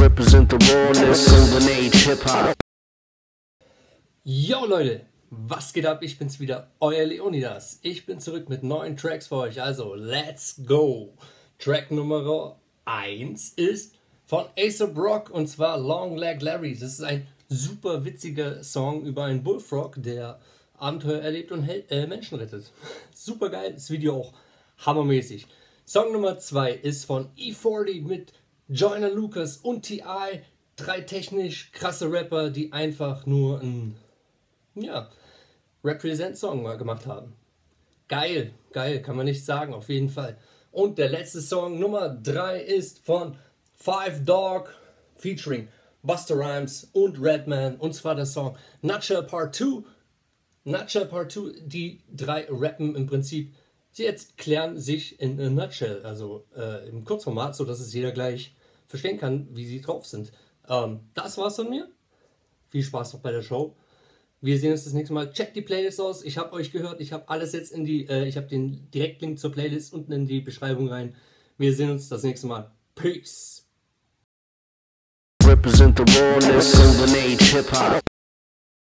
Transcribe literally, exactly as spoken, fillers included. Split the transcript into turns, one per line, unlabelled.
Represent the rawness, Golden Age Hip-Hop.
Yo Leute, was geht ab? Ich bin's wieder, euer Leonidas. Ich bin zurück mit neuen Tracks für euch, also let's go! Track Nummer eins ist von A$AP Rock und zwar Long Leg Larry. Das ist ein super witziger Song über einen Bullfrog, der Abenteuer erlebt und Hel äh, Menschen rettet. Super geil, das Video auch hammermäßig. Song Nummer zwei ist von E vierzig mit Joyner Lucas und T I. Drei technisch krasse Rapper, die einfach nur ein ja, Represent-Song gemacht haben. Geil, geil, kann man nicht sagen, auf jeden Fall. Und der letzte Song Nummer drei ist von Five Dog featuring Busta Rhymes und Redman, und zwar der Song Nutshell Part zwei. Nutshell Part zwei, die drei rappen im Prinzip, sie jetzt klären sich in a Nutshell, also äh, im Kurzformat, sodass es jeder gleich verstehen kann, wie sie drauf sind. Ähm, das war's von mir. Viel Spaß noch bei der Show. Wir sehen uns das nächste Mal. Checkt die Playlist aus. Ich habe euch gehört. Ich habe alles jetzt in die, äh, ich habe den Direktlink zur Playlist unten in die Beschreibung rein. Wir sehen uns das nächste Mal. Peace.
Represent the rawness, Golden Age Hip-Hop.